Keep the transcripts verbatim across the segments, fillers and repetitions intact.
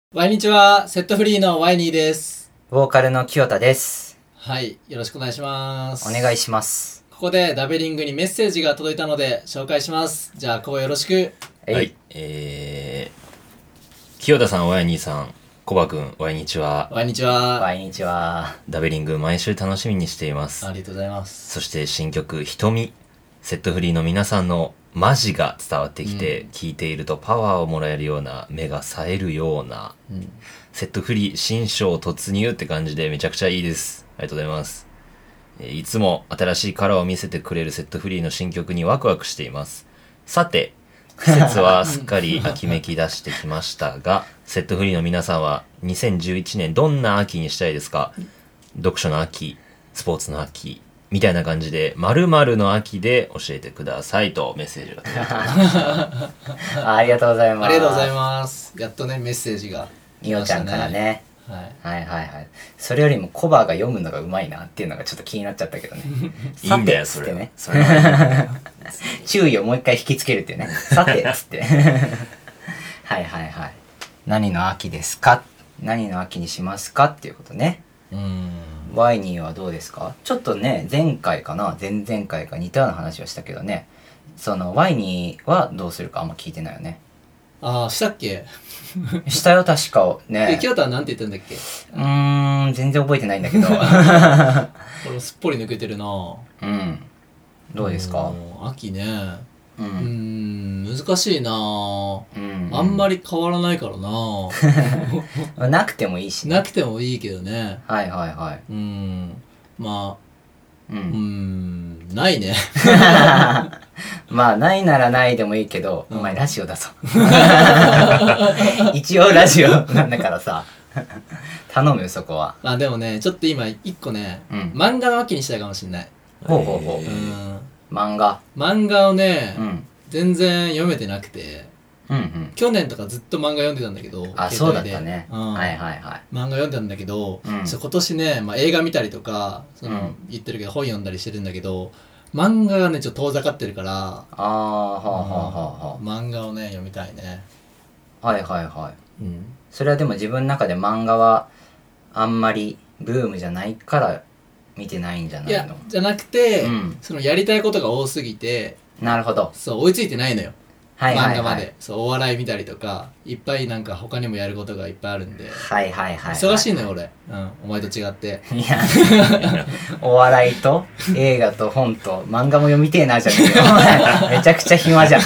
ワイニチはセットフリーのワイニーです。 ボーカルの清田です。 はい、よろしくお願いします。 お願いします。 ここでダベリングにメッセージが届いたので紹介します。じゃあここよろしく。 はい、えー、清田さん、ワイニーさん、コバくん、ワイニチは。 ワイニチは。 ワイニチは。 ダベリング毎週楽しみにしています。 ありがとうございます。 そして新曲瞳、セットフリーの皆さんのマジが伝わってきて、うん、聴いているとパワーをもらえるような、目が冴えるような、うん、セットフリー新章突入って感じでめちゃくちゃいいです。ありがとうございます。いつも新しいカラーを見せてくれるセットフリーの新曲にワクワクしています。さて、季節はすっかり秋めき出してきましたが、セットフリーの皆さんはにせんじゅういちねんどんな秋にしたいですか？読書の秋、スポーツの秋、みたいな感じで、〇〇の秋で教えてくださいとメッセージが届いておりました。ありがとうございます。 ありがとうございます。やっとね、メッセージが来ましたね。みおちゃんからね。 はい、 はいはいはい。それよりもコバが読むのがうまいなっていうのがちょっと気になっちゃったけどね。 いいんだよ、それね。それ注意をもう一回引きつけるっていうね。さてっつって。はいはいはい。何の秋ですか？何の秋にしますかっていうことね。 うーん。 ワイニーはどうですか？ちょっとね、前回かな前々回か似たような話をしたけどね、そのワイニーはどうするかあんま聞いてないよね。 ああ、したっけ？ したよ確かね。 え、清田はなんて言ったんだっけ？ うーん、全然覚えてないんだけど。これすっぽり抜けてるな。 うん。どうですか？ 秋ね。 うん、うーん難しいな、うん、あんまり変わらないからな。 なくてもいいし、ね、 なくてもいいけどね。 はいはいはい。 うんまあうん、 うんないね。 まあないならないでもいいけど、うん、お前ラジオだぞ。一応ラジオなんだからさ。頼むよそこは。 あでもねちょっと今一個ね、うん、漫画の秋にしたいかもしれない。 ほうほうほう。 うん漫画漫画をね、 うん、 全然読めてなくて、 うんうん、 去年とかずっと漫画読んでたんだけど、 あそうだったね、うん、はいはいはい。 漫画読んでたんだけど、うん、今年ね、まあ、映画見たりとかその、うん、言ってるけど本読んだりしてるんだけど漫画がねちょっと遠ざかってるから、 ああはあはあはあはあ、 漫画をね読みたいね。 はいはいはい、 うん、 それはでも自分の中で漫画はあんまりブームじゃないから見てないんじゃないの？いやじゃなくて、 うん、 そのやりたいことが多すぎて、 なるほど、 そう追いついてないのよ、 はいはいはい、 漫画まで。そうお笑い見たりとかいっぱいなんか他にもやることがいっぱいあるんで、 はいはいはい、はい、 忙しいのよ俺、うん、お前と違って。 いやお笑いと映画と本と漫画も読みてえなじゃねえよ。めちゃくちゃ暇じゃん。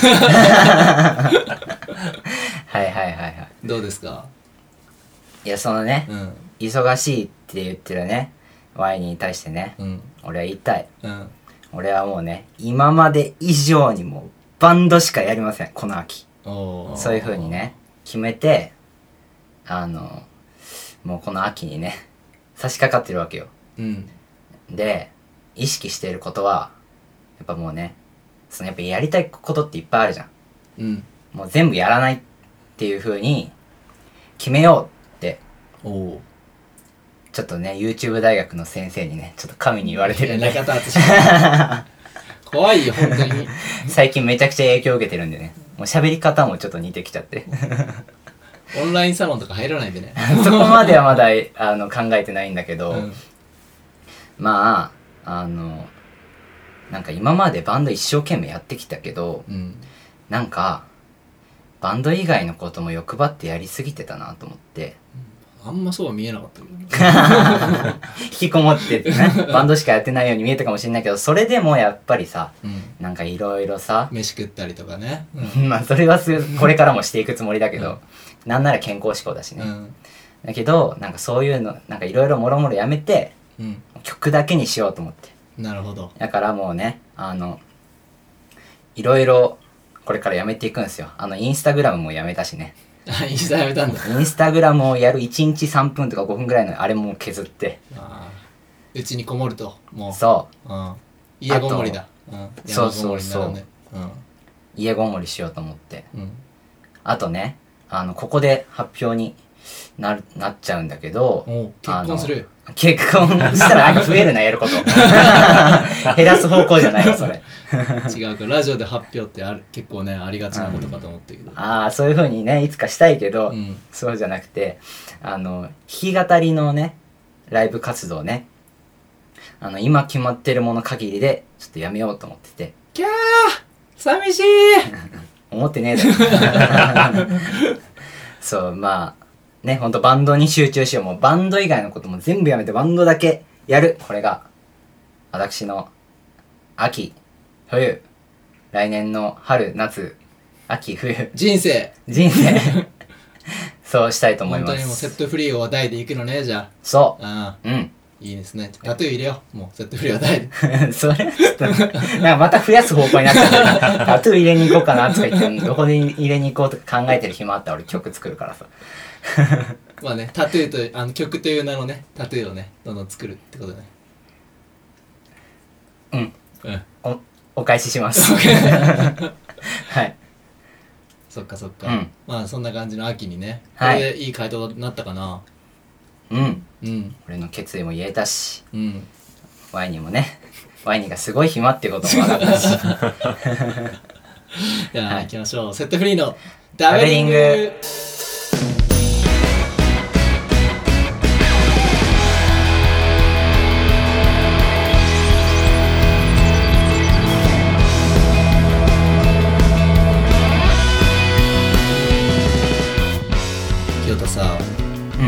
はいはいはいはい。 どうですか？ いやそのね、うん、忙しいって言ってるねワイに対してね、うん、俺は言いたい、うん、俺はもうね今まで以上にもうバンドしかやりませんこの秋。そういう風にね決めて、あのもうこの秋にね差し掛かってるわけよ、うん、で意識していることはやっぱもうねそのやっぱやりたいことっていっぱいあるじゃん、うん、もう全部やらないっていう風に決めようって、おちょっとね YouTube 大学の先生にねちょっと神に言われてるんで、 中田敦怖いよ本当に。 最近めちゃくちゃ影響を受けてるんでね、もう喋り方もちょっと似てきちゃって。 オンラインサロンとか入らないでね。 そこまではまだあの考えてないんだけど、うん、まああのなんか今までバンド一生懸命やってきたけど、うん、なんかバンド以外のことも欲張ってやりすぎてたなと思って、 うん、あんまそうは見えなかったけど引きこもっててねバンドしかやってないように見えたかもしれないけど、それでもやっぱりさ、うん、なんかいろいろさ飯食ったりとかね、 うん、まあそれはこれからもしていくつもりだけど、うん、なんなら健康志向だしね、うん、だけどなんかそういうのなんかいろいろもろもろやめて、うん、曲だけにしようと思って。 なるほど。 だからもうねあのいろいろこれからやめていくんですよ。あのインスタグラムもやめたしね。 インスタやめたんだ。 インスタグラムをやるいちにちさんぷんとかごふんぐらいのあれも削って、 あうちにこもるともうそう、 うん、家ごもりだ、うん、 そうそうそう、うん、家ごもりしようと思って、うん、あとねあのここで発表になるなっちゃうんだけど、 結婚する結婚したら増えるなやること減らす方向じゃないよそれ違うかラジオで発表ってある結構ねありがちなことかと思ったけど、うん、 ああそういう風にねいつかしたいけど、うん、そうじゃなくてあの弾き語りのねライブ活動ねあの今決まってるもの限りでちょっとやめようと思っててキャー寂しい思ってねえだろそうまあねほんとバンドに集中しようもうバンド以外のことも全部やめてバンドだけやるこれが私の秋冬来年の春夏秋冬人生人生そうしたいと思います。 本当にもうセットフリーを話題でいくのねじゃあそうああうんいいですねタトゥー入れようもうセットフリー話題でそれちょっとなんかまた増やす方向になっちゃうタトゥー入れに行こうかなとか言ってどこで入れに行こうとか考えてる暇あったら俺曲作るからさまあねタトゥーとあの曲という名のねタトゥーをねどんどん作るってことねうんうんおお返ししますはいそっかそっか、 うん、 まあそんな感じの秋にねこれでいい回答になったかなうんうん俺の決意も言えたし、 うん、 ワイニーもねワイニーがすごい暇っていうことも分かったしじゃあ、はい、行きましょうセットフリーのダベリング清田さ、うん、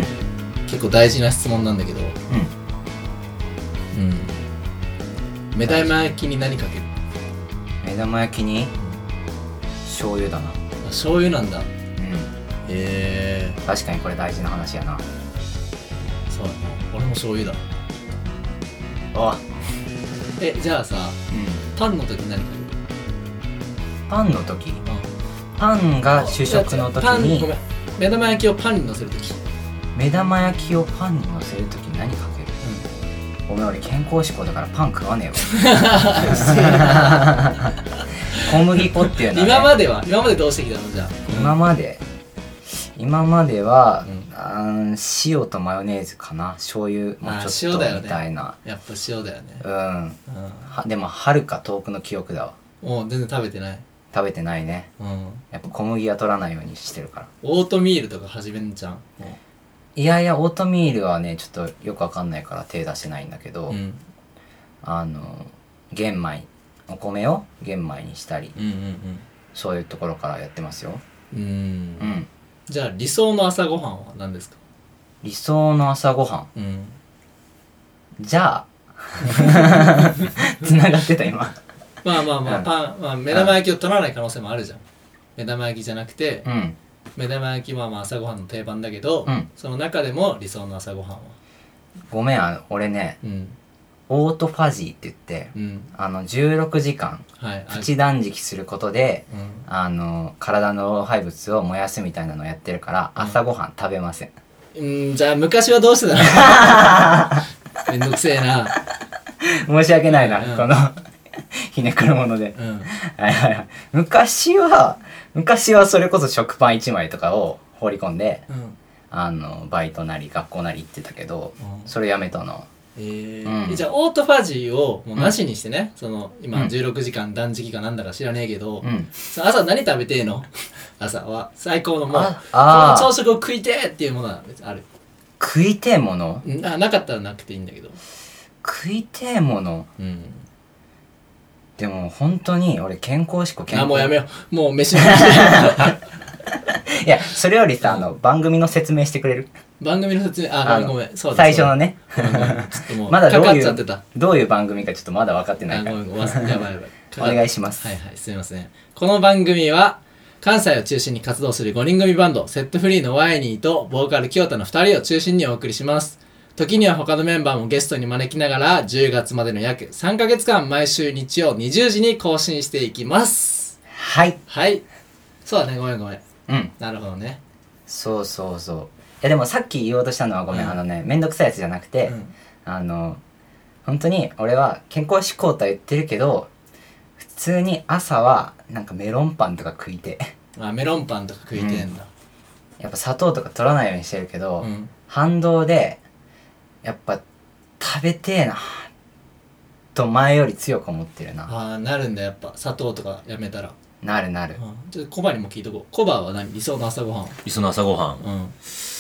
結構大事な質問なんだけど、うんうん、目玉焼きに何かける？ 目玉焼きに醤油だな。 あ、醤油なんだ。うん。へえー。 確かにこれ大事な話やな。 そうだね。俺も醤油だ。 あ。 え、じゃあさ、うん、パンの時何かける？ パンの時？うん、パンが主食の時に。ごめん。 目玉焼きをパンに乗せる時。 目玉焼きをパンに乗せる時に何かける？うん、ごめん俺健康志向だからパン食わねえわ。小麦粉っていうのは、ね、 今までは今までどうしてきたのじゃあ。 今まで今までは、うん、あ塩とマヨネーズかな醤油もうちょっとみたいな、 ね、やっぱ塩だよねうん、うん、はでも遥か遠くの記憶だわもう全然食べてない食べてないね、うん、やっぱ小麦は取らないようにしてるからオートミールとか始めんじゃんいやいやオートミールはねちょっとよくわかんないから手出してないんだけど、うん、あの玄米お米を玄米にしたり、うんうんうん、そういうところからやってますようん、うん、 じゃあ理想の朝ごはんは何ですか？ 理想の朝ごはん、うん、じゃあつながってた今まあまあまあ、うん、パン、まあ、目玉焼きを取らない可能性もあるじゃん目玉焼きじゃなくて、うん、目玉焼きはまあ朝ごはんの定番だけど、うん、その中でも理想の朝ごはんはごめんあの俺ね、うん、オートファジーって言って、うん、あのじゅうろくじかん、はい、プチ断食することで、うん、あの体の老廃物を燃やすみたいなのをやってるから、うん、朝ごはん食べませんうんじゃあ昔はどうしてたのめんどくせえな申し訳ないな、うん、このひねくるもので、うん、はいはいはい昔は昔はそれこそ食パンいちまいとかを放り込んで、うん、あのバイトなり学校なり行ってたけど、うん、それやめたなえーうん、じゃあオートファジーをもうなしにしてね、うん、その今じゅうろくじかん断食かなんだか知らねえけど、うん、朝何食べてえの朝は最高のもうこの朝食を食いてえっていうものは別にある食いてえものななかったらなくていいんだけど食いてえもの、うん、でも本当に俺健康志向健康あもうやめようもう飯の話いやそれよりさあの番組の説明してくれる番組の説明あごめんごめんそうだ最初のねちょっともうまだどういうかかっちゃってたどういう番組かちょっとまだ分かってないからあごめんごめんやばいやばいお願いしますはいはいすみませんこの番組は関西を中心に活動するごにん組バンドセットフリーのワイニーとボーカル清田のふたりを中心にお送りします時には他のメンバーもゲストに招きながらじゅうがつまでの約さんかげつかん毎週日曜にじゅうじに更新していきますはいはいそうだねごめんごめんうんなるほどねそうそうそういやでもさっき言おうとしたのはごめん、うん、あのねめんどくさいやつじゃなくて、うん、あの本当に俺は健康志向とは言ってるけど普通に朝はなんかメロンパンとか食いてあメロンパンとか食いてんだ、 やっぱ砂糖とか取らないようにしてるけど、 うん、 反動でやっぱ食べてえなと前より強く思ってるな。 ああなるんだやっぱ砂糖とかやめたら。 なるなる。 うん、ちょっとコバにも聞いとこう。コバは何理想の朝ごはん？ 理想の朝ごはん、 うん、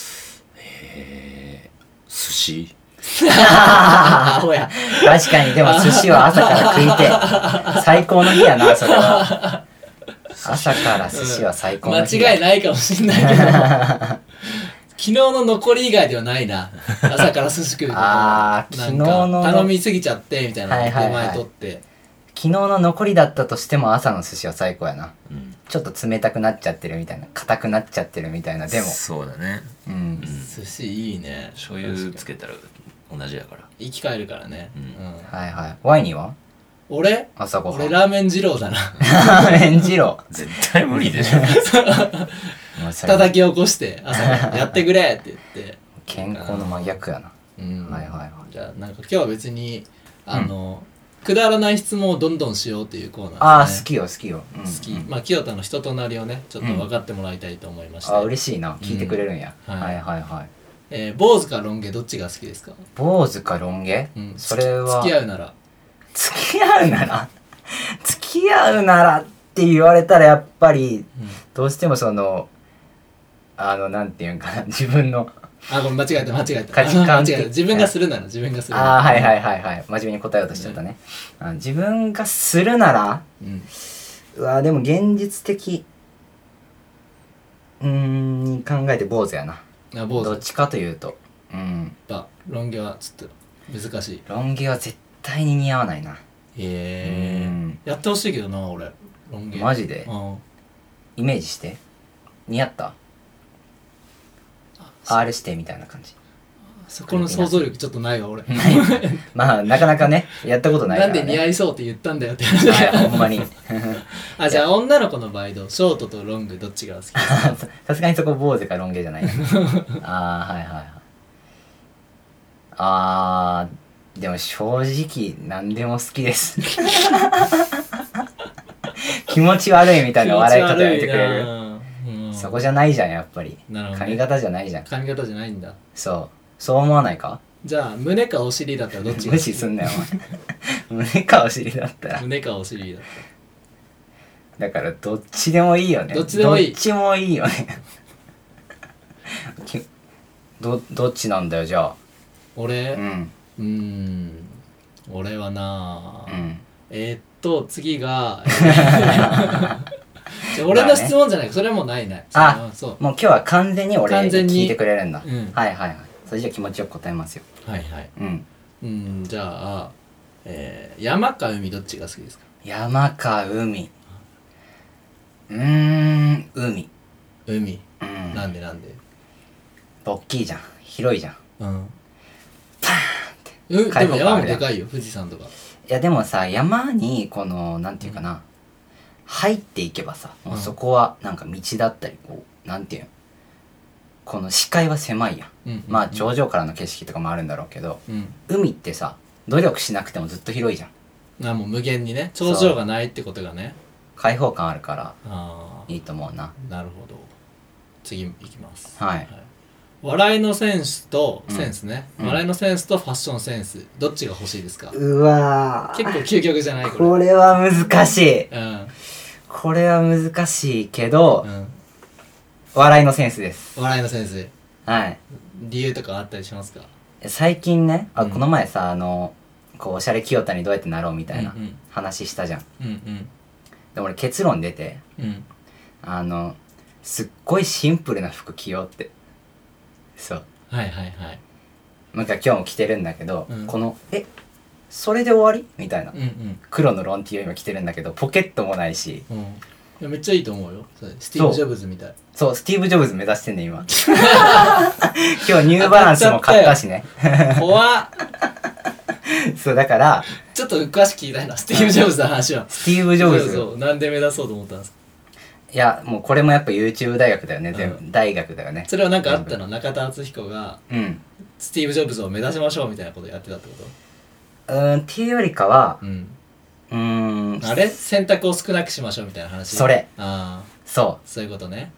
えー、寿司アホや。 確かに。でも寿司は朝から食いて最高の日やなそれは。朝から寿司は最高の日、 うん、間違いないかもしんないけど昨日の残り以外ではないな。朝から寿司食うとかあー昨日の頼みすぎちゃってみたいな、 はいはいはい、 出前取って昨日の残りだったとしても朝の寿司は最高やな、 うん、 ちょっと冷たくなっちゃってるみたいな、硬くなっちゃってるみたいな。でもそうだね、 うん、うん、 寿司いいね。 醤油つけたら同じやから生き返るからね、 うんうん、 はいはい。ワイニーは俺朝ごはん俺ラーメン二郎だな。 ラーメン二郎絶対無理でしょ叩き起こして朝からやってくれって言って健康の真逆やな。 うん、 はいはいはい。 じゃあなんか今日は別にあの、うん、くだらない質問をどんどんしようっていうコーナーですね。 ああ好きよ好きよ、うん、 好き。まあ清田の人となりをねちょっと分かってもらいたいと思いまして、 うん、あ嬉しいな、聞いてくれるんや、 うん、 はい、はいはいはい。 えー、坊主かロン毛どっちが好きですか？ 坊主かロン毛、うん、それは付き合うなら付き合うなら付き合うならって言われたらやっぱり、うん、どうしてもそのあのなんていうんかな、自分のあごめん間違えた間違えた価値観間違えた。自分がするなら自分がするならああはいはいはいはい真面目に答えようとしちゃったね、うん、あ自分がするなら、うん、うわでも現実的うーん考えて坊主やな。 あ坊主どっちかというとうんあロン毛はちょっと難しい。 ロン毛は絶対に似合わないな。 へえー、やってほしいけどな俺ロン毛マジで、うん、イメージして似合った？ R してみたいな感じ。 そこの想像力ちょっとないわ俺。 まあなかなかねやったことないから、ね、 なんで似合いそうって言ったんだよって話。 はいほんまに。 あじゃあ女の子の場合どう？ショートとロングどっちが好きですか？ さすがにそこ坊主かロン毛じゃない。ああはいはいはい。あーでも正直何でも好きです。気持ち悪いみたいな笑い方やめてくれる？うん、そこじゃないじゃんやっぱり、ね、髪型じゃないじゃん。 髪型じゃないんだ。 そうそう思わないか？ じゃあ胸かお尻だったらどっちが好き？ 無視すんなよ胸かお尻だったら胸かお尻だっただからどっちでもいいよね。 どっちでもいい。 どっちもいいよね。どどっちなんだよじゃあ。 俺うんうーん俺はな、 うん、 えー、っと次が、えー、じゃ俺の質問じゃない、ね、それもないないあそうもう今日は完全に俺に聞いてくれるんだ、 うん、 はいはいはい。それじゃあ気持ちよく答えますよ。 はいはいうんうんじゃあ、えー、山か海どっちが好きですか？ 山か海うーん海海、 うん、 なんでなんで？ 大きいじゃん広いじゃん。 うんパーンってでも山もでかいよ富士山とか。 いやでもさ山にこのなんていうかな、うん、入っていけばさもうそこはなんか道だったりこうなんていうのこの視界は狭いやん、うんうんうん、まあ頂上からの景色とかもあるんだろうけど、うん、海ってさ努力しなくてもずっと広いじゃん。 あもう無限にね頂上がないってことがね開放感あるからあいいと思うな。 なるほど。次いきます。 はい、はい笑いのセンスとセンスね、うん、笑いのセンスとファッションセンスどっちが欲しいですか？ うわ結構究極じゃない？これこれは難しい、 うん、 これは難しいけど、 うん、 笑いのセンスです。 笑いのセンスはい。 理由とかあったりしますか？ 最近ねあ、うん、この前さあのこうおしゃれ清田にどうやってなろうみたいな話したじゃん、 うんうん、 で俺結論出て、 うん、 あのすっごいシンプルな服着ようって。そうはいはいはいなんか今日も着てるんだけど、うん、このえそれで終わりみたいな、 うんうん、 黒のロンティーを今着てるんだけどポケットもないし、 うん、いやめっちゃいいと思うよ。それスティーブ・ジョブズみたい。 そうスティーブ・ジョブズ目指してんね今今日ニューバランスも買ったしね怖っそうだからちょっと詳しく聞きたいなスティーブ・ジョブズの話は。 スティーブ・ジョブズそうそうなんで目指そうと思ったんですか？ いやもうこれもやっぱ YouTube 大学だよね、うん、全部大学だよね。 それは何かあったの？中田敦彦が、 うん、 スティーブ・ジョブズを目指しましょうみたいなことやってたってこと？うーんっていうよりかは、 うん、 うーんあれ選択を少なくしましょうみたいな話。 それあそうそういうことね。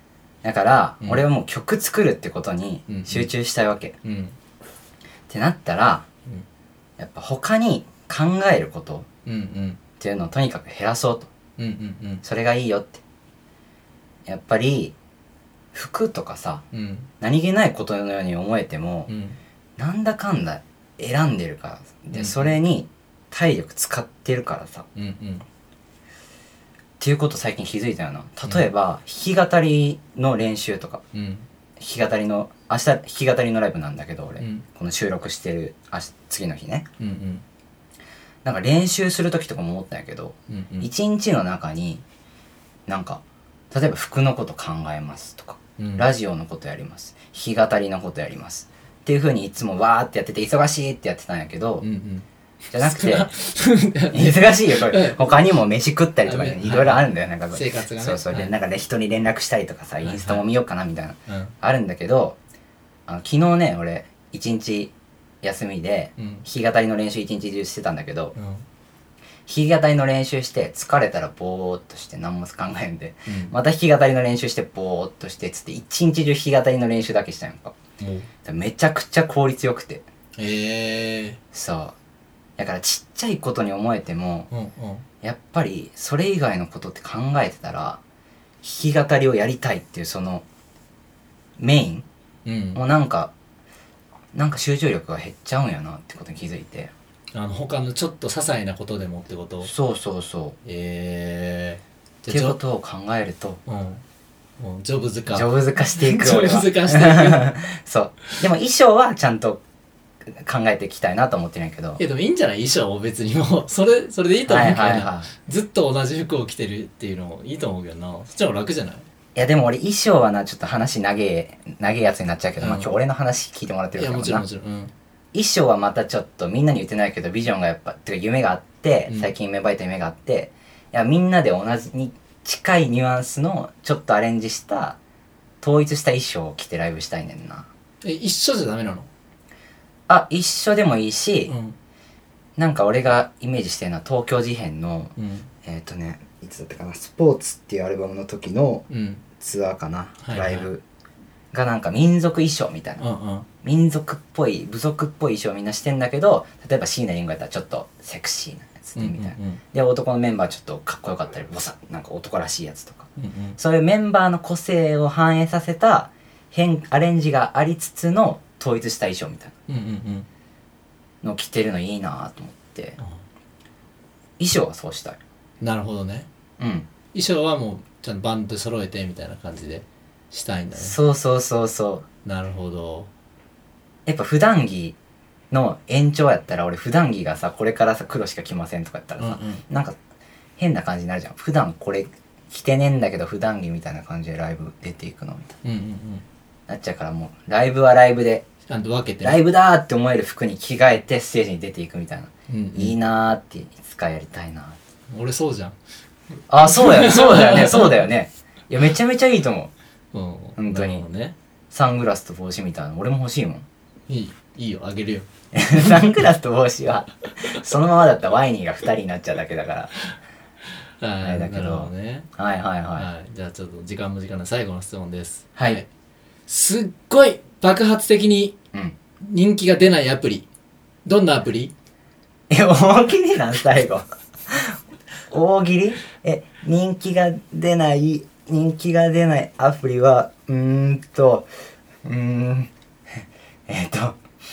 だから、うん、俺はもう曲作るってことに集中したいわけ、うんうん、ってなったら、うん、やっぱ他に考えることっていうのをとにかく減らそうと、うんうんうん、それがいいよって。やっぱり服とかさ、うん、何気ないことのように思えても、うん、なんだかんだ選んでるからで、うん、それに体力使ってるからさ、うんうん、っていうこと最近気づいたよな。例えば、うん、弾き語りの練習とか、うん、弾き語りの明日弾き語りのライブなんだけど俺、うん、この収録してる明日次の日ね、うんうん、なんか練習する時とかも思ったんやけど、うんうん、一日の中になんか例えば服のこと考えますとか、うん、ラジオのことやります、弾き語りのことやりますっていう風にいつもわーってやってて忙しいってやってたんやけど、うんうん、じゃなくて忙しいよこれ他にも飯食ったりとかねいろいろあるんだよなんか生活がね、 そうそうで、はい、なんかね人に連絡したりとかさインスタも見ようかなみたいな、 はいはい、 あるんだけど、あの昨日ね俺一日休みで、うん、弾き語りの練習一日中してたんだけど、うん、弾き語りの練習して疲れたらぼーっとして何も考えんで、うん、また弾き語りの練習してぼーっとしてつって一日中弾き語りの練習だけしたんやんか、うん、めちゃくちゃ効率よくて、 へえ、 そうだからちっちゃいことに思えても、 うんうん、 やっぱりそれ以外のことって考えてたら弾き語りをやりたいっていうそのメイン、うん、もうなんかなんか集中力が減っちゃうんやなってことに気づいて、 あの他のちょっと些細なことでもってこと。 そうそうそう、 えー、っていうことを考えると、 うん、もうジョブズ化ジョブズ化していくジョブズ化していくそうでも衣装はちゃんと考えていきたいなと思ってるんやけど、 いやでもいいんじゃない、衣装も別にもうそれそれでいいと思うけどな、はいはいはい、ずっと同じ服を着てるっていうのもいいと思うけどな、そっちの方が楽じゃない。 いやでも俺衣装はなちょっと話長え長えやつになっちゃうけど、うん、まあ今日俺の話聞いてもらってるからな。 いやもちろんもちろん、うん、 衣装はまたちょっとみんなに言ってないけどビジョンがやっぱてか夢があって、うん、最近芽生えた夢があって、いやみんなで同じに近いニュアンスのちょっとアレンジした統一した衣装を着てライブしたいねんな。 え一緒じゃダメなの。 あ一緒でもいいし、うん、なんか俺がイメージしてるのは東京事変の、うん、えっ、ー、とねいつだったかな、スポーツっていうアルバムの時のツアーかな、うん、ライブがなんか民族衣装みたいな、うんうん、民族っぽい部族っぽい衣装みんなしてんだけど、例えば椎名林檎やったらちょっとセクシーなやつでみたいな、うんうんうん、で男のメンバーちょっとかっこよかったりボサなんか男らしいやつとか、うんうん、そういうメンバーの個性を反映させた変アレンジがありつつの統一した衣装みたいなのを着てるのいいなと思って、うん、衣装はそうしたい。 なるほどね、うん、衣装はもうちゃんとバンドで揃えてみたいな感じでしたいんだね。 そうそうそうそう。 なるほど。 やっぱ普段着の延長やったら俺普段着がさこれからさ黒しか着ませんとかやったらさ、うんうん、なんか変な感じになるじゃん。普段これ着てねえんだけど普段着みたいな感じでライブ出ていくのみたいな、うんうんうん、なっちゃうからもうライブはライブでちゃんと分けて、 ね、ライブだーって思える服に着替えてステージに出ていくみたいな、うんうん、いいなーっていつかやりたいなー。 俺そうじゃん。 あそうだよねそうだよねそうだよね。いやめちゃめちゃいいと思う、うん、本当に、ね、サングラスと帽子みたいな俺も欲しいもん。 いいいいよあげるよサングラスと帽子はそのままだったらワイニーがふたりになっちゃうだけだからあれだけど、ね、はいはいはい、はい、 じゃあちょっと時間も時間の最後の質問です。 はい、はい、 すっごい爆発的に人気が出ないアプリ、うん、どんなアプリ？ え大喜利なん最後大喜利？え人気が出ない人気が出ないアプリはうーんとうーんえっと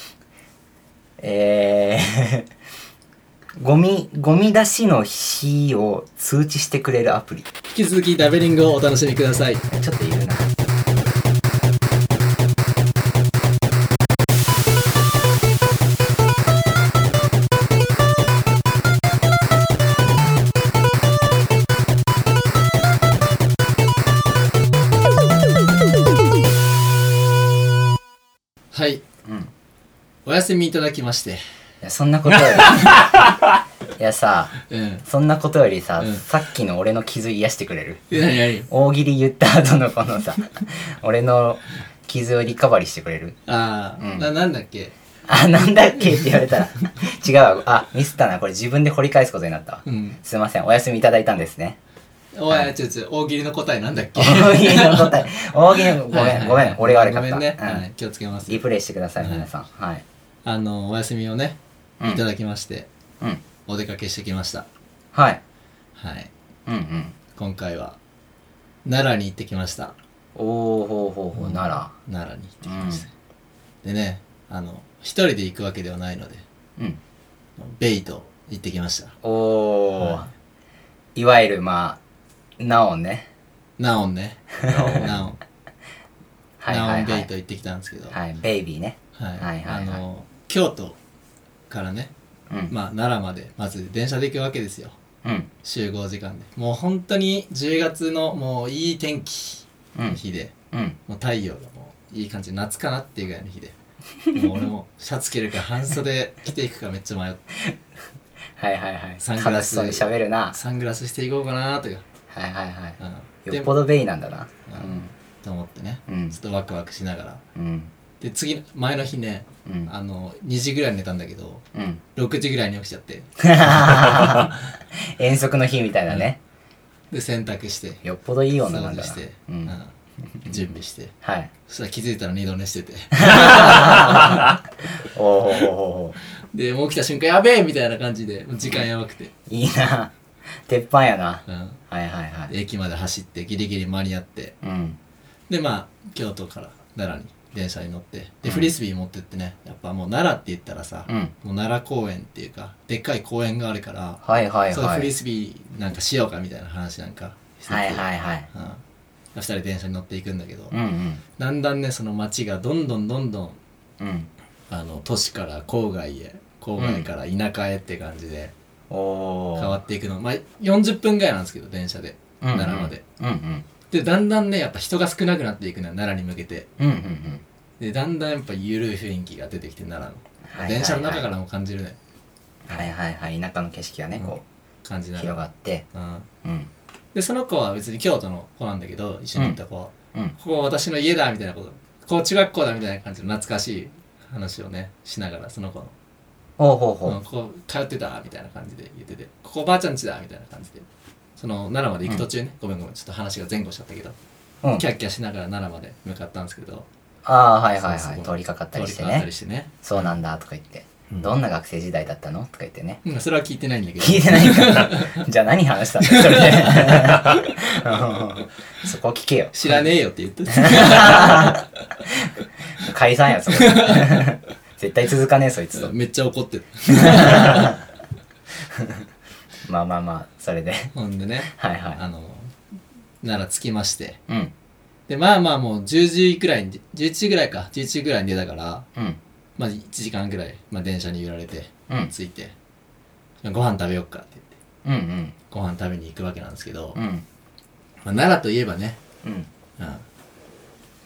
えーゴミゴミ出しの日を通知してくれるアプリ。 引き続きダベリングをお楽しみください。 ちょっといるな。 はい、うん、お休みいただきまして。 いやそんなことよりいやさ、うん、そんなことよりさ、うん、さっきの俺の傷癒してくれる？ 何何？ 大喜利言った後のこのさ俺の傷をリカバリーしてくれる？ ああ、うん、な, なんだっけあなんだっけって言われたら違うわ。あミスったなこれ自分で掘り返すことになったわ、うん、すいませんお休みいただいたんですね。 おい、ちょちょ、大喜利の答えなんだっけ。 大喜利の答え。大喜利の、ごめん、ごめん、俺が悪かった。 ごめんね。はい、気をつけます。 リプレイしてください、皆さん。はい。 あの、お休みをね、いただきまして、 うん。 お出かけしてきました。 はい。 はい。 うんうん。 今回は、奈良に行ってきました。 おー、ほうほうほう、奈良。 奈良に行ってきました。でね、あの、一人で行くわけではないので、 うん。 ベイと行ってきました。 おー。はい、いわゆる、まあ、ナオンね。 ナオンね。ナオン。ナオン。 はいはいはい。 ナオンベイと行ってきたんですけど。 はい、ベイビーね。 はい。はいはいはい。あの、京都からね、うん、まあ、奈良まで、まず電車で行くわけですよ。 うん。 集合時間で。もう本当にじゅうがつのもういい天気の日で、うん、もう太陽がもういい感じ、夏かなっていうぐらいの日で。もう俺もシャツ着るか半袖着ていくかめっちゃ迷って。 はいはいはい。サングラス楽しそうに喋るな。 サングラスしていこうかなとか。 はいはいはい。うん、よっぽどベイなんだな。うん。 と思ってね、うん、ちょっとワクワクしながら。 うん。 で、次、前の日ね、うん、あの、にじぐらいに寝たんだけど、うん、ろくじぐらいに起きちゃって。 遠足の日みたいなね。 で、洗濯して。 よっぽどいい女なんだな。 掃除して、うんうん、準備して。 はい。 そしたら気づいたら二度寝してて。 おおおで、もう起きた瞬間、やべえみたいな感じで、時間やばくて。 いいな。鉄板やな。 うん。 はいはいはい。 駅まで走って、ギリギリ間に合って。 うん。 で、まあ、京都から奈良に電車に乗って、で、フリスビー持ってってね、やっぱもう奈良って言ったらさ、うん、もう奈良公園っていうか、でっかい公園があるから、 はいはいはい。 そうフリスビーなんかしようかみたいな話なんかしてて、 はいはいはい。 うん二人電車に乗っていくんだけど、 うんうん、 だんだんねその街がどんどんどんどん、 うん、 あの都市から郊外へ郊外から田舎へって感じで変わっていくの、まあよんじゅっぷんぐらいなんですけど電車で、うんうん、奈良まで、 うんうん、 でだんだんねやっぱ人が少なくなっていくのよ奈良に向けて、 うんうんうん、 でだんだんやっぱ緩い雰囲気が出てきて奈良の、はいはいはい、電車の中からも感じるね、 はいはいはい、田舎の景色がね、うん、こう感じながら広がって、 うんうんでその子は別に京都の子なんだけど一緒に行った子は、うんうん、ここは私の家だみたいなことここ中学校だみたいな感じの懐かしい話をねしながらその子のほうほうほう、 うん、ここ通ってたみたいな感じで言っててここおばあちゃん家だみたいな感じでその奈良まで行く途中ね、うん、ごめんごめんちょっと話が前後しちゃったけど、うん、キャッキャしながら奈良まで向かったんですけどああはいはいはいそうそう通りかかったりしてね通りかかったりしてねそうなんだとか言ってどんな学生時代だったのとか言ってね、 うん、それは聞いてないんだけど聞いてないからじゃあ何話したんだそれでそこ聞けよ知らねえよって言って解散やそこ絶対続かねえそいつとめっちゃ怒ってるまあまあまあそれでほんでねはいはいあの奈良着きまして、 うん、 でまあまあもうじゅうじぐらいにじゅういちじぐらいかじゅういちじぐらいに出たから、 うんまあいちじかんぐらい、まあ、電車に揺られて、 うん、 着いてご飯食べよっかって言って、うんうん、 ご飯食べに行くわけなんですけど、 うんまあ、奈良といえばね、 うんうん、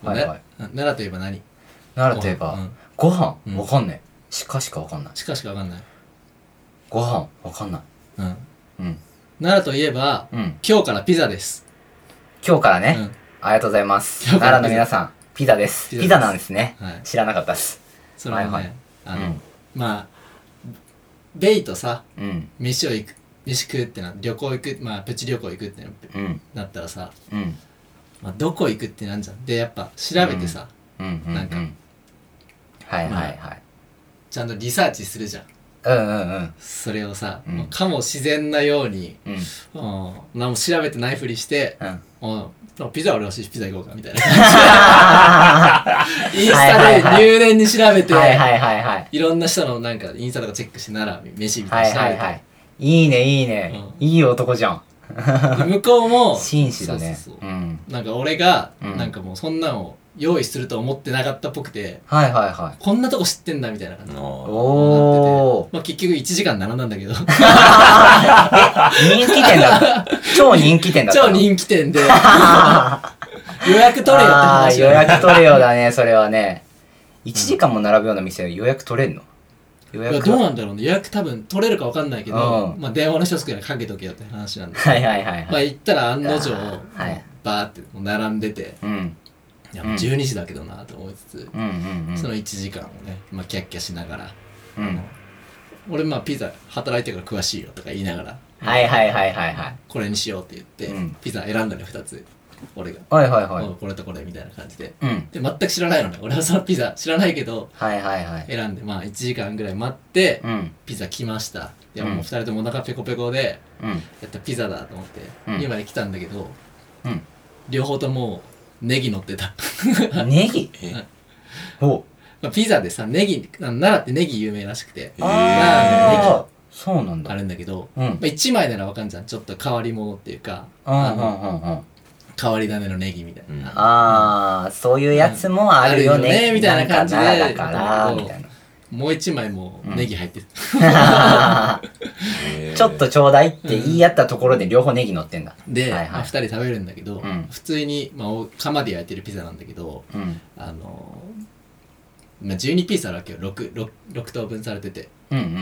はいはい、奈良といえば何奈良といえばご飯、うん、ご飯、うん、わかんない鹿しかわかんない鹿しかわかんないご飯わかんないうん、 うん、 奈良といえば、うん、今日からピザです今日からね、うん、ありがとうございます奈良の皆さんピザです。ピザです。ピザなんですね。はい、知らなかったです。 そのね、はいはい、あの、うん、まあ、ベイとさ、うん、飯を行く、飯食うってな、旅行行く、まあ、プチ旅行行くってな、うん、なったらさ、 うん、 まあ、どこ行くってなんじゃん。で、やっぱ調べてさ、 うん、 なんか、 はいはいはい、まあ。 ちゃんとリサーチするじゃん。 うんうんうん。 それをさ、うん、かも自然なように、うん、何も調べてないふりして、うんピザ俺欲しいピザ行こうかみたいなインスタで入念に調べてはいはいはいはいいろんな人のなんかインスタとかチェックしながら飯みたいな調べて、はいはいはい、 いいねいいね、うん、いい男じゃん向こうも紳士だねそうそうそう、うん、なんか俺が、うん、なんかもうそんなの用意すると思ってなかったっぽくてはいはいはいこんなとこ知ってんだみたいな感じおお、 まあ、結局いちじかん並んだんだけど人気店だ超人気店だった超人気店で予約取れよって話予約取れよだねそれはねいちじかんも並ぶような店予約取れんの予約どうなんだろうね予約多分取れるか分かんないけど、うん、まあ電話の一つくらいかけとけよって話なんではいはいはい、はい、 まあ行ったら案の定、 はい、 バーって並んでて、 うんいやもうじゅうにじだけどなと思いつつ、 うんうんうん、 そのいちじかんをね、まあ、キャッキャしながら、 うん、 俺まあピザ働いてるから詳しいよとか言いながらはいはいはいはいはいこれにしようって言って、うん、ピザ選んだねふたつ俺がはいはいはいこれとこれみたいな感じで、 うん、 で全く知らないのね俺はそのピザ知らないけど、 はいはいはい、 選んでまあいちじかんぐらい待って、 うん、 ピザ来ましたでもうふたりともお腹ペコペコで、うん、やったピザだと思って、うん、家まで来たんだけど、うん、両方ともネギ乗ってたネギほうピザでさネギ奈良ってネギ有名らしくてああそうなんだあるんだけど、 うんまあ、いちまいならわかんじゃんちょっと変わり者っていうかあの変わり種のネギみたいな、うん、 ああそういうやつもあるよね、うん、あるよねみたいな感じでだからみたいなもう一枚もネギ入ってる、 うん、ちょっとちょうだいって言い合ったところで両方ネギ乗ってんだ、 うん、で、はいはいまあ、ふたり食べるんだけど、うん、普通に、まあ、釜で焼いてるピザなんだけど、うん、あのまあ、じゅうにピースあるわけよ 6, 6, 6等分されてて、 うんうんうんうん、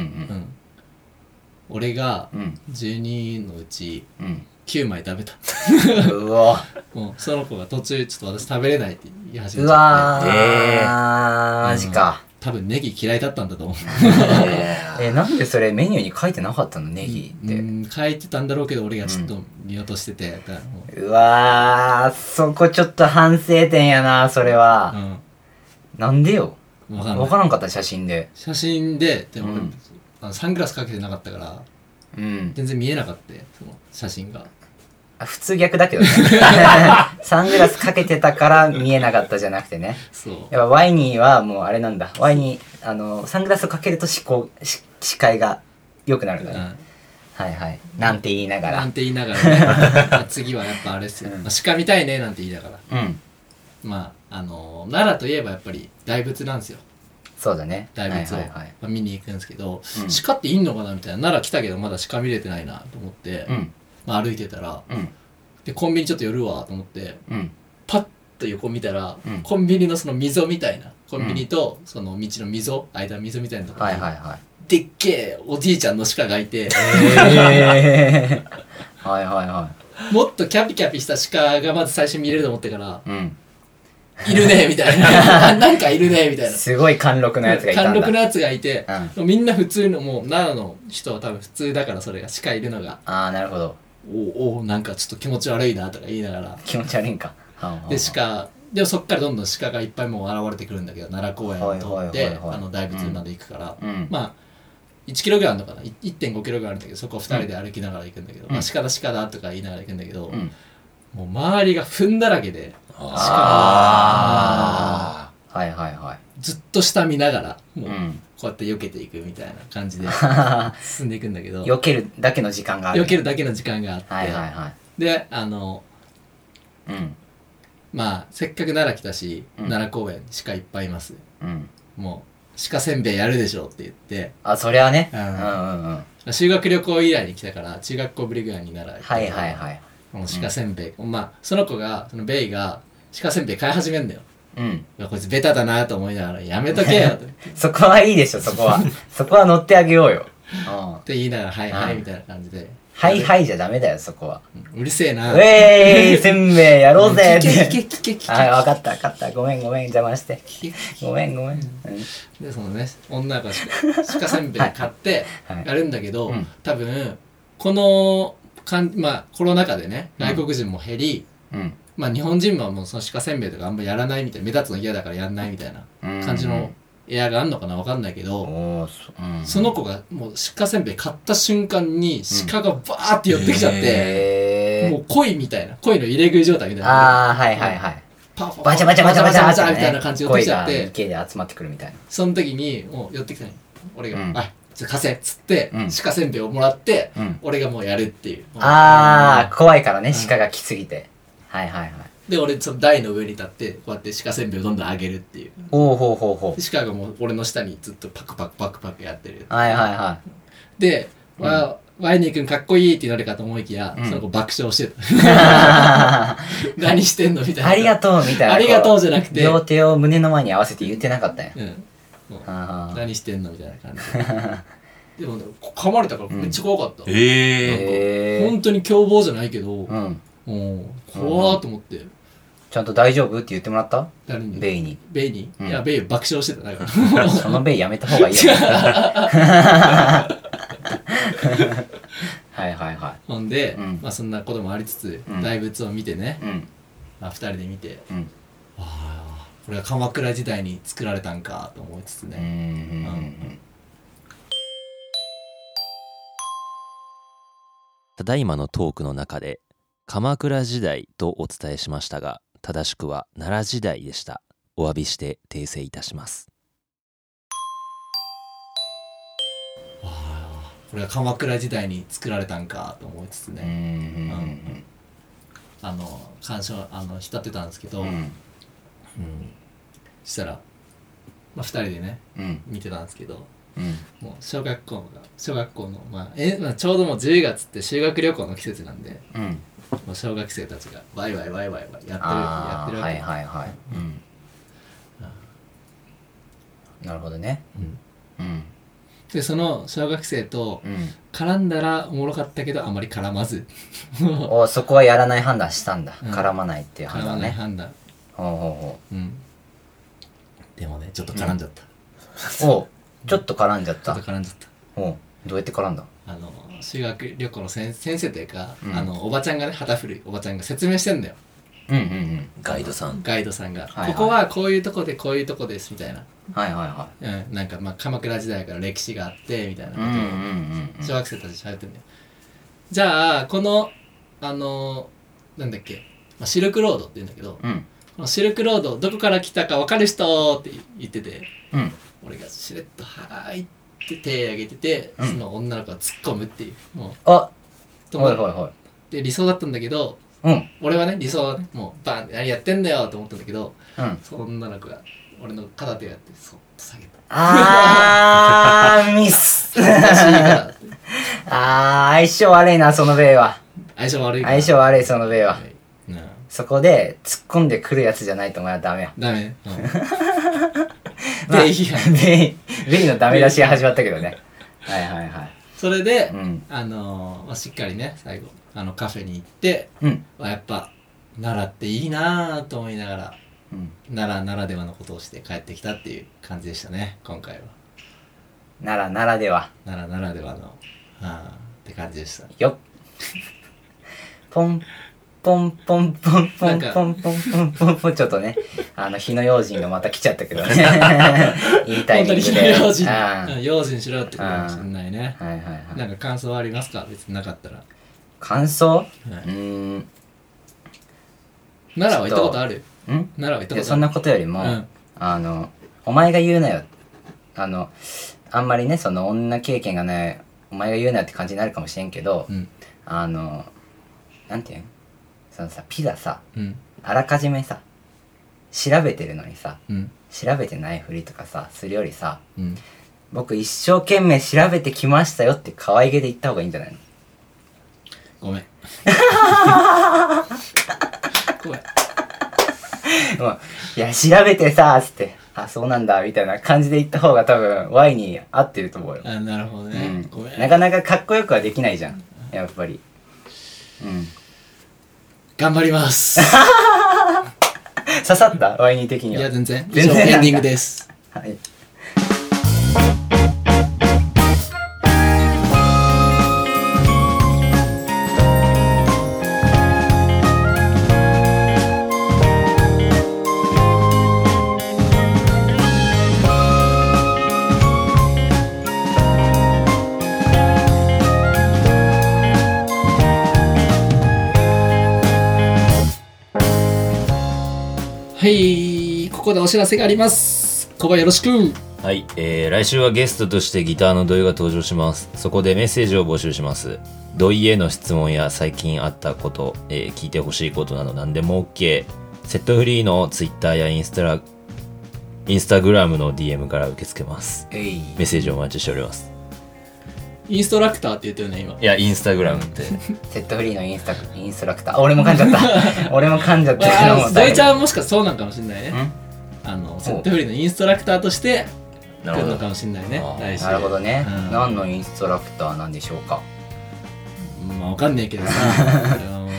俺がじゅうにのうちきゅうまい食べた、 うん、うわもうその子が途中ちょっと私食べれないって言い始めちゃってうわー、えー、マジか、 多分ネギ嫌いだったんだと思うえー、なんでそれメニューに書いてなかったのネギってうん書いてたんだろうけど俺がちょっと見落としてて、 うん、うわーそこちょっと反省点やなそれは、うん、なんでよ分かんない分からんかった写真で写真ででも、うん、あのサングラスかけてなかったから、うん、全然見えなかったその写真が普通逆だけどねサングラスかけてたから見えなかったじゃなくてねそうやっぱワイニーはもうあれなんだワイニーあのサングラスをかけると視光し視界が良くなるんだね、うんはいはいなんて言いながらなんて言いながら、ね、次はやっぱあれっすよ、うんまあ、鹿見たいねなんて言いながらうんまああのー、奈良といえばやっぱり大仏なんですよそうだね大仏を、はいはいはいまあ、見に行くんですけど、うん、鹿っていんのかなみたいな奈良来たけどまだ鹿見れてないなと思って、うんまあ、歩いてたら、うん、でコンビニちょっと寄るわと思って、うん、パッと横見たら、うん、コンビニのその溝みたいなコンビニとその道の溝間溝みたいなところに、はいはいはい、でっけえおじいちゃんの鹿がいて、えー、はいはいはいもっとキャピキャピした鹿がまず最初見れると思ってから、うん、いるねみたいななんかいるねみたいなすごい貫禄のやつがいたんだ貫禄のやつがいて、うん、みんな普通のもう奈良の人は多分普通だからそれが鹿いるのがああなるほどおおなんかちょっと気持ち悪いなとか言いながら気持ち悪いんかで鹿でもそっからどんどん鹿がいっぱいもう現れてくるんだけど奈良公園を通ってあの大仏まで行くから、うん、まあいちキロぐらいあるのかな いってんごキロぐらいあるんだけどそこをふたりで歩きながら行くんだけど、うんまあ、鹿だ鹿だとか言いながら行くんだけど、うん、もう周りが糞だらけで鹿がはいはいはいずっと下見ながらもうこうやって避けていくみたいな感じで進んでいくんだけど避けるだけの時間がある避けるだけの時間があって、 はいはいはい、 であの、うん、まあせっかく奈良来たし、うん、奈良公園鹿いっぱいいます、うん、もう鹿せんべいやるでしょって言ってあそりゃね、 うんうんうんうん、修学旅行以来に来たから中学校ぶりぐらいに奈良行ってはいはいはいこの鹿せんべい、うん、まあその子がそのベイが鹿せんべい買い始めんだようん、いやこいつベタだなと思いながらやめとけよってそこはいいでしょそこはそこは乗ってあげようよって言いながらはいはい、うん、みたいな感じではいはいじゃダメだよそこは、 うん、うるせえなうえーいせんべいやろうぜって聞け聞け聞け聞けはい分かった分かったごめんごめん邪魔してごめんごめん、うん、 でそのね女が鹿せんべい買ってやるんだけど、はいはいうん、多分このかん、まあ、コロナ禍でね外国人も減り、うんうんまあ日本人はもうその鹿せんべいとかあんまやらないみたいな目立つの嫌だからやんないみたいな感じのエアがあんのかなわかんないけど、うん、その子がもう鹿せんべい買った瞬間に鹿がバーって寄ってきちゃって、うん、もう鯉みたいな鯉の入れ食い状態みたいなあーはいはいはいパフバチャバチャバチャバチャバチャみたいな感じで寄ってきちゃって鯉が池で集まってくるみたいなその時にもう寄ってきたの俺が、うん、あちょっと貸せっつって、うん、鹿せんべいをもらって、うん、俺がもうやるっていうあー怖いからね鹿が来すぎてはいはいはいで俺その台の上に立ってこうやって鹿せんべいをどんどん上げるっていうおうほうほうほう鹿がもう俺の下にずっとパクパクパクパクやってるはいはいはいで、うん、ワイニー君かっこいいってなるかと思いきや、うん、その子爆笑してた何してんのみたいなありがとうみたいなありがとうじゃなくて両手を胸の前に合わせて言ってなかったよ、うん、 何してんのみたいな感じででも噛まれたからめっちゃ怖かった、うん、 えー、本当に凶暴じゃないけど、うんもう怖ーと思って、 ちゃんと大丈夫って言ってもらった？ 誰に？ ベイに。 ベイに、 うん、 いやベイ爆笑してただからそのベイやめた方がいいよはいはいはい。 ほんで、 うん、 まあそんなこともありつつ、 うん、 大仏を見てね、 うん、 まあ、ふたりで見て、 うん、 ああこれは鎌倉時代に作られたんかと思いつつね。うんうんうん、 ただいまのトークの中で鎌倉時代とお伝えしましたが、正しくは奈良時代でした。お詫びして訂正いたします。 ああこれは鎌倉時代に作られたんかと思いつつね。うんうんうん、あの鑑賞あの浸ってたんですけど、うんうん、したら、まあ、ふたりでね、うん、見てたんですけど、うん、もう小学校が小学校の、まあえまあ、ちょうどもうじゅうがつって修学旅行の季節なんで、うん、もう小学生たちがワイワイワイワイやってるやってるわけ。 はいはいはい、うん、なるほどね、 うんうん、でその小学生と絡んだらおもろかったけどあまり絡まずおそこはやらない判断したんだ、うん、絡まないっていう判断ね。 絡まない判断。 ほうほうほう、うん、 でもねちょっと絡んじゃった、 うん、おちょっと絡んじゃった。 ちょっと絡んじゃった。 おどうやって絡んだ？あの修学旅行の先生というか、うん、あのおばちゃんがね旗振るおばちゃんが説明してんだよ。 うんうんうん。 ガイドさん。 ガイドさんが、はいはい、ここはこういうとこでこういうとこですみたいな。 はいはいはい。 うん、なんかまあ鎌倉時代から歴史があってみたいなことを小学生たち喋ってんだよ。じゃあこのあのなんだっけ、まあ、シルクロードって言うんだけど、うん、このシルクロードどこから来たか分かる人って言ってて。うん、俺がしれっとはーいって手挙げてて、うん、その女の子が突っ込むっていうもうあとはいはいはいで理想だったんだけど、うん、俺はね理想はねもうバンって何やってんだよと思ったんだけど、うん、その女の子が俺の片手をやってそっと下げた。 あーミスあー相性悪いなそのベイは。 相性悪い相性悪いそのベイは、はい、うん、そこで突っ込んでくるやつじゃないとお前はダメや。 ダメ、うんベイ批判ベイベイのダメ出しが始まったけどねはいはいはい。 それで、うん、あのーまあ、しっかりね最後あのカフェに行って、うん、やっぱ奈良っていいなと思いながら、うん、奈良ならではのことをして帰ってきたっていう感じでしたね今回は。 奈良ならでは奈良ならではのはあって感じでしたよっポンポンポンポンポンポンポンポンポンポンちょっとねあの火の用心がまた来ちゃったけどねいいタイミングで本当に火の用心用心しろってことかもしれないね。はいはいはい。なんか感想はありますか？別になかったら。 感想？はい、うーん奈良は行ったことある？ ん？ 奈良は行ったことある？ そんなことよりも、うん、あのお前が言うなよあのあんまりねその女経験がないお前が言うなよって感じになるかもしれんけど、うん、あのなんていうんそのさピザさ、うん、あらかじめさ調べてるのにさ、うん、調べてないふりとかさするよりさ、うん、僕一生懸命調べてきましたよって可愛げで言った方がいいんじゃないの？ ごめんごめんもういや調べてさーっつってあそうなんだみたいな感じで言った方が多分 Y に合ってると思うよ。 あなるほどね、うん、ごめんなかなかかっこよくはできないじゃんやっぱり。うん頑張ります刺さった ワイニー 的には。 いや全然以上エンディングです。はいはい、ここでお知らせがあります。コバよろしく。 はい、えー、来週はゲストとしてギターの土井が登場します。そこでメッセージを募集します。土井への質問や最近あったこと、えー、聞いてほしいことなど何でも OK。セットフリーのツイッターやインスタラインスタグラムの ディーエム から受け付けます。メッセージをお待ちしております。 インストラクターって言ってるね今。 いやインスタグラムってセットフリーのインスタインストラクター。俺も噛んじゃった俺も噛んじゃったけど土井ちゃんもしかそうなんかもしれないね。あのセットフリーのインストラクターとして来るのかもしれないね来週。 なるほどね、うん、何のインストラクターなんでしょうか。 まあわかんねえけどさ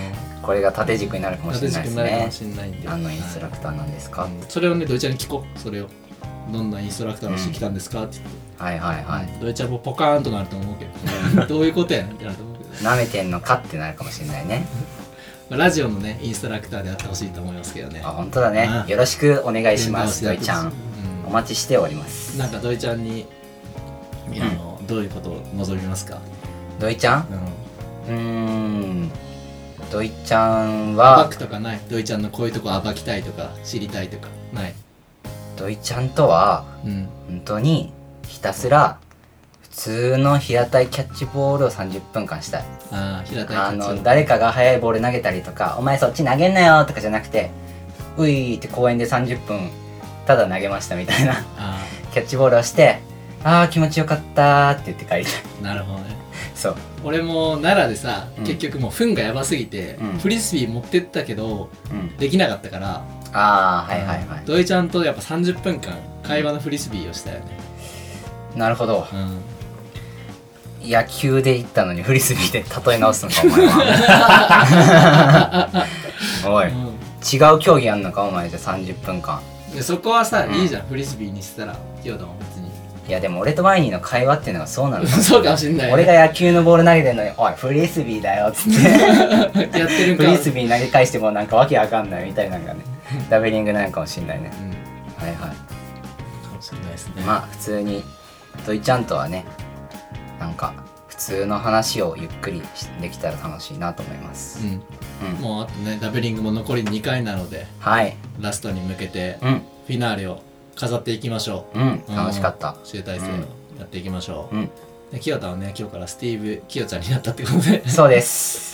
これが縦軸になるかもしれないですね。 縦軸になるかもしれないんで、 何のインストラクターなんですか、 はい、それをねドイちゃんに聞こう。それをどんなインストラクターの人来たんですかって言って、 うん、はいはいはい、 ドイちゃんもポカーンとなると思うけどどういうことやねんってなると思うけど舐めてんのかってなるかもしれないねラジオのねインストラクターであってほしいと思いますけどね。 あ、本当だね。よろしくお願いします、ドイちゃん、 うん、 お待ちしております。 なんかドイちゃんにあの、うん、どういうことを望みますか？ ドイちゃん、うん、うーんドイちゃんは暴くとかない？ドイちゃんのこういうとこ暴きたいとか知りたいとかない？ ドイちゃんとは、うん、本当にひたすら普通の平たいキャッチボールをさんじゅっぷんかんしたい。 あー、平たいキャッチボール。 あの誰かが速いボール投げたりとか、お前そっち投げんなよとかじゃなくて、ういーって公園でさんじゅっぷんただ投げましたみたいなキャッチボールをして、あー気持ちよかったーって言って帰りたい。 なるほどね。 そう、 俺も奈良でさ、うん、結局もう糞がやばすぎて、うん、フリスビー持ってったけど、うん、できなかったから、 あーはいはいはい、 ドイちゃんとやっぱさんじゅっぷんかん会話のフリスビーをしたよね。 なるほど、うん、野球で行ったのにフリスビーで例え直すのかお前はおい、うん、違う競技やんのかお前じゃさんじゅっぷんかんで。そこはさ、うん、いいじゃん、フリスビーにしたら清田も別に。 いやでも俺とワイニーの会話っていうのがそうなのかもそうかもしんない、ね、 俺が野球のボール投げてんのに「おいフリスビーだよ」っつってやってるかフリスビー投げ返してもなんかわけわかんないみたいなのがねダベリングなのかもしんないね、うん、はいはいかもしれないですね。 まあ普通にドイちゃんとはねなんか普通の話をゆっくりできたら楽しいなと思います、うんうん、もうあとねダベリングも残りにかいなので、 はい、 ラストに向けてフィナーレを飾っていきましょう。 うん、楽しかった。 集大成をやっていきましょう。うん、で清田はね今日からスティーブ清ちゃんになったってことで。 そうです。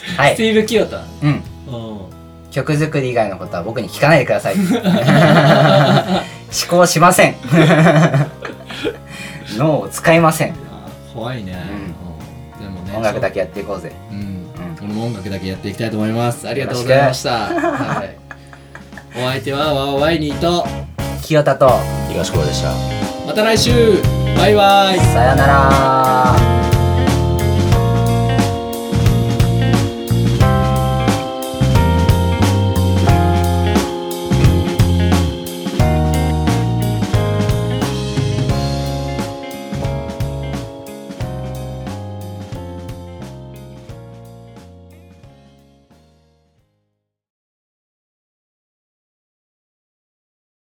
はい。 スティーブ清田。 うん。曲作り以外のことは僕に聞かないでください。思考しません。脳を使いません。 怖いね。 うん、でもね。音楽だけやっていこうぜ。 うん。うん、俺も音楽だけやっていきたいと思います。ありがとうございました。はい。お相手はワワイニーと。 清田と東高でした。 また来週バイバイさよなら。